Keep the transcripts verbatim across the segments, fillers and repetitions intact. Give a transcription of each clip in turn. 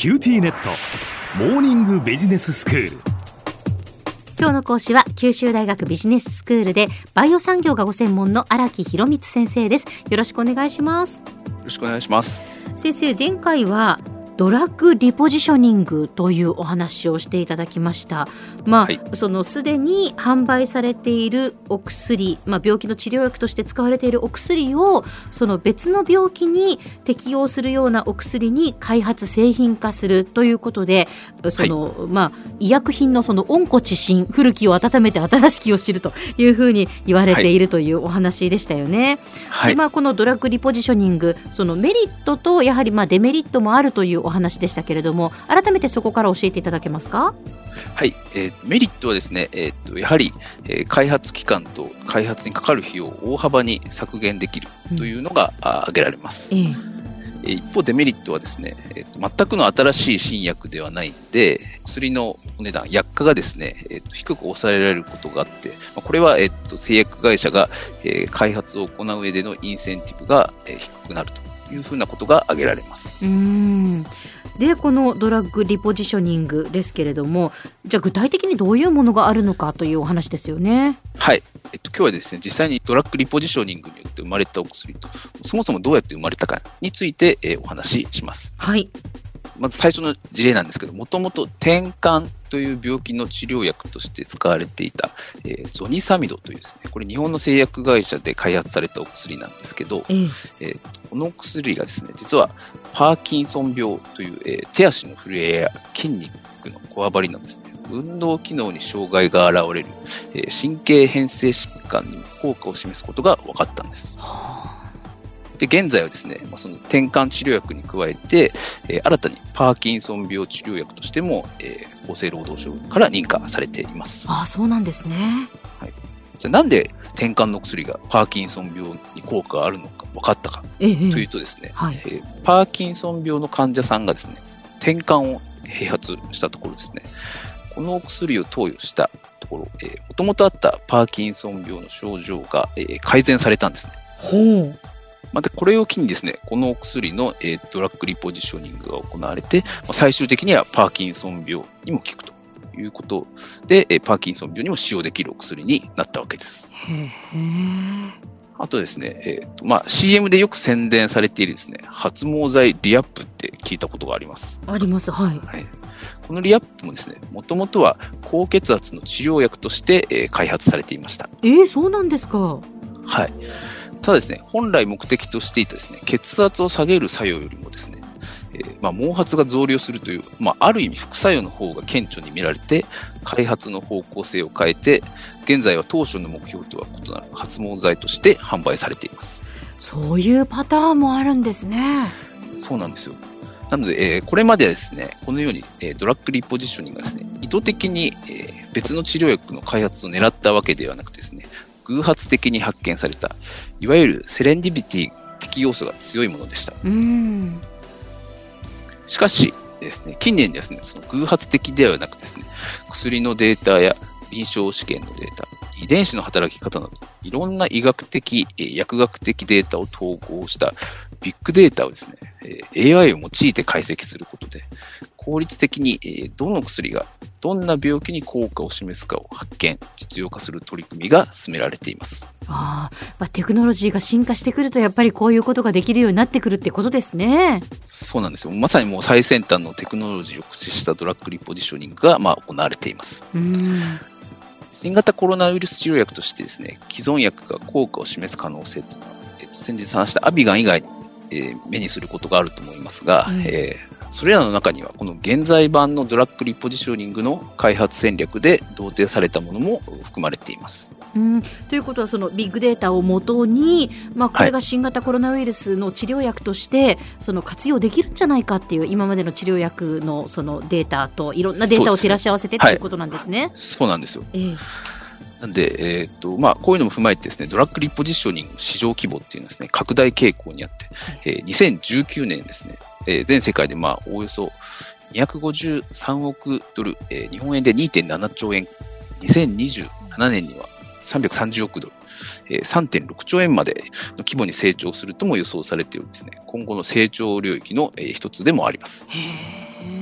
キューティーネットモーニングビジネススクール。 今日の講師は九州大学ビジネススクールでバイオ産業がご専門の荒木博光先生です。よろしくお願いします。 よろしくお願いします。 先生、前回はドラッグリポジショニングというお話をしていただきました。まあ、はい、そのすでに販売されているお薬、まあ、病気の治療薬として使われているお薬をその別の病気に適用するようなお薬に開発製品化するということで、その、はい、まあ、医薬品のその温故知新、古きを温めて新しきを知るというふうに言われているというお話でしたよね。はい、でまあ、このドラッグリポジショニング、そのメリットとやはりまあデメリットもあるというお話でしたけれども、改めてそこから教えていただけますか？ はい、えー、メリットはですね、えー、っとやはり、えー、開発期間と開発にかかる費用を大幅に削減できるというのが、うん、挙げられます。えーえー、一方デメリットはですね、えー、全くの新しい新薬ではないので、薬のお値段、薬価がですね、えー、と低く抑えられることがあって、これは、えー、と製薬会社が、えー、開発を行う上でのインセンティブが、えー、低くなるというふうなことが挙げられます。 うーんでこのドラッグリポジショニングですけれども、じゃあ具体的にどういうものがあるのかというお話ですよね。 はい、えっと、今日はですね、実際にドラッグリポジショニングによって生まれたお薬と、そもそもどうやって生まれたかについて、えー、お話しします。 はい。 まず最初の事例なんですけど、もともと転換という病気の治療薬として使われていた、えー、ゾニサミドというですね、これ日本の製薬会社で開発されたお薬なんですけど、えーえー、このお薬がですね、実はパーキンソン病という、えー、手足の震えや筋肉のこわばりのですね、運動機能に障害が現れる、えー、神経変性疾患にも効果を示すことが分かったんです。で現在はですね、まあ、その転換治療薬に加えて、えー、新たにパーキンソン病治療薬としても、えー、厚生労働省から認可されています。 ああ、そうなんですね。 はい、じゃあなんで転換の薬がパーキンソン病に効果があるのか分かったかというとですね、ええはいえー、パーキンソン病の患者さんがですね、転換を併発したところですね、このお薬を投与したところ、えー、もともとあったパーキンソン病の症状が、えー、改善されたんですね。 ほう。 またこれを機にですね、このお薬の、えー、ドラッグリポジショニングが行われて、最終的にはパーキンソン病にも効くということで、えー、パーキンソン病にも使用できるお薬になったわけです。 へー。 あとですね、えーとまあ、シーエム でよく宣伝されているですね、発毛剤リアップって聞いたことがあります。 あります、はい。 はい、このリアップもですね、もともとは高血圧の治療薬として、えー、開発されていました。 えー、そうなんですか。 はい。ただですね、本来目的としていたですね、血圧を下げる作用よりもですね、えーまあ、毛髪が増量するという、まあ、ある意味副作用の方が顕著に見られて、開発の方向性を変えて、現在は当初の目標とは異なる発毛剤として販売されています。 そういうパターンもあるんですね。 そうなんですよ。なので、えー、これまではですね、このように、えー、ドラッグリポジショニングがですね、意図的に、えー、別の治療薬の開発を狙ったわけではなくてですね、偶発的に発見された、いわゆるセレンディビティ的要素が強いものでした。 うーん。 しかしですね、近年ですね、その偶発的ではなくですね、薬のデータや臨床試験のデータ、遺伝子の働き方など、いろんな医学的、薬学的データを統合したビッグデータをですね、エーアイ を用いて解析することで、効率的にどの薬がどんな病気に効果を示すかを発見、実用化する取り組みが進められています。 ああ、テクノロジーが進化してくるとやっぱりこういうことができるようになってくるってことですね。 そうなんですよ。まさにもう最先端のテクノロジーを駆使したドラッグリポジショニングがまあ行われています。 うーん。 新型コロナウイルス治療薬としてですね、既存薬が効果を示す可能性というのは、えっと、先日話したアビガン以外に、えー、目にすることがあると思いますが、うんえーそれらの中にはこの現在版のドラッグリポジショニングの開発戦略で同定されたものも含まれています。 うん、ということはそのビッグデータをもとに、まあ、これが新型コロナウイルスの治療薬としてその活用できるんじゃないかっていう今までの治療薬のそのデータといろんなデータを照らし合わせてということなんですね。 はい、そうなんですよ。 えーなんで、えーっとまあ、こういうのも踏まえてですね、ドラッグリポジショニング市場規模っていうのはですね、拡大傾向にあって、えー、にせんじゅうきゅうねんですね、えー、全世界でまあおおよそにひゃくごじゅうさんおくドル、えー、日本円で にてんななちょうえん、にせんにじゅうななねんにはさんびゃくさんじゅうおくドル、えー、さんてんろくちょうえんまでの規模に成長するとも予想されておりですね、今後の成長領域の、えー、一つでもあります。 へー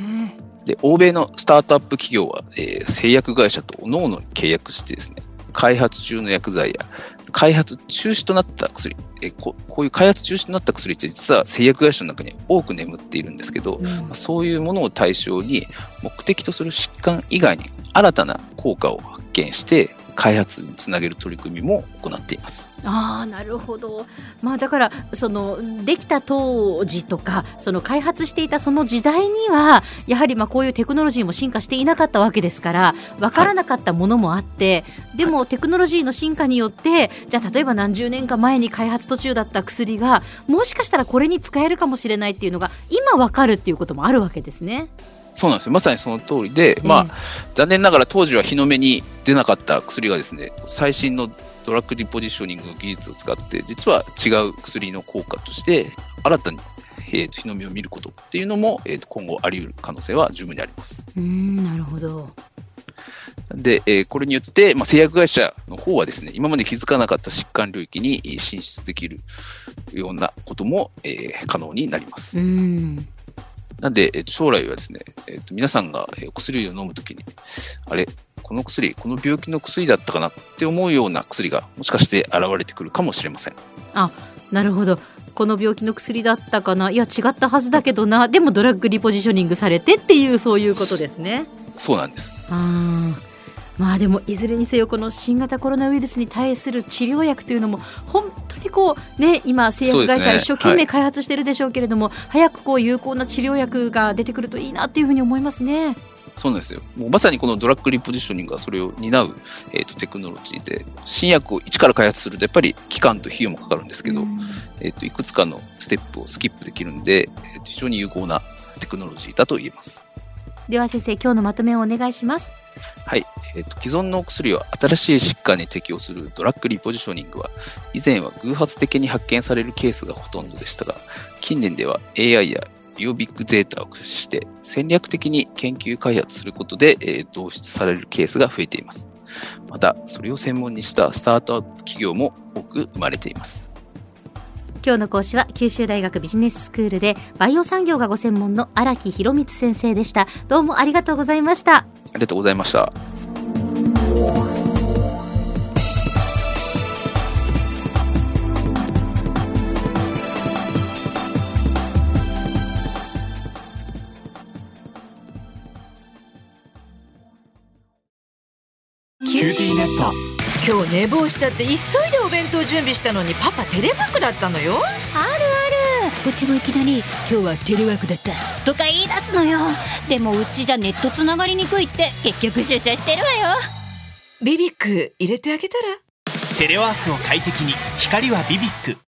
で欧米のスタートアップ企業は、えー、製薬会社と各々に契約してですね、開発中の薬剤や開発中止となった薬、えー、こ, こういう開発中止となった薬って実は製薬会社の中に多く眠っているんですけど、うん、そういうものを対象に目的とする疾患以外に新たな効果を発見して開発につなげる取り組みも行っています。 ああ、なるほど。まあ、だからそのできた当時とかその開発していたその時代にはやはりまあこういうテクノロジーも進化していなかったわけですから分からなかったものもあって、はい、でもテクノロジーの進化によってじゃあ例えば何十年か前に開発途中だった薬がもしかしたらこれに使えるかもしれないっていうのが今分かるっていうこともあるわけですね。 そうなんですよ。まさにその通りで、まあ、えー、残念ながら当時は日の目に出なかった薬がですね、最新のドラッグリポジショニングの技術を使って実は違う薬の効果として新たに、えー、と日の目を見ることっていうのも、えー、と今後あり得る可能性は十分にあります。 うーん、なるほど。 で、えー、これによって、まあ、製薬会社の方はですね、今まで気づかなかった疾患領域に進出できるようなことも、えー、可能になります。 うーん、 なんで将来はですね、えー、と皆さんがお薬を飲むときにあれこの薬この病気の薬だったかなって思うような薬がもしかして現れてくるかもしれません。 あ、なるほど。この病気の薬だったかな、いや違ったはずだけどな、でもドラッグリポジショニングされてっていうそういうことですね。 そうなんです。 あ、まあでもいずれにせよこの新型コロナウイルスに対する治療薬というのも本当にこうね、今製薬会社一生懸命開発してるでしょうけれども、ね、はい、早くこう有効な治療薬が出てくるといいなっていうふうに思いますね。 そうなんですよ。もうまさにこのドラッグリポジショニングがそれを担う、えー、とテクノロジーで、新薬を一から開発するとやっぱり期間と費用もかかるんですけど、うん、えー、といくつかのステップをスキップできるんで、えー、と非常に有効なテクノロジーだと言えます。 では先生、今日のまとめをお願いします。 はい、えー、と既存のお薬を新しい疾患に適用するドラッグリポジショニングは以前は偶発的に発見されるケースがほとんどでしたが、近年では エーアイ やビオビッグデータを駆使して戦略的に研究開発することで、えー、導出されるケースが増えています。またそれを専門にしたスタートアップ企業も多く生まれています。 今日の講師は九州大学ビジネススクールでバイオ産業がご専門の荒木博光先生でした。どうもありがとうございました。 ありがとうございました。 キューティーネット。 今日寝坊しちゃって急いでお弁当準備したのにパパテレワークだったのよ。あるある、うちもいきなり今日はテレワークだったとか言い出すのよ。でもうちじゃネットつながりにくいって結局出社してるわよ。 ビビック入れてあげたら。 テレワークを快適に、光はビビック。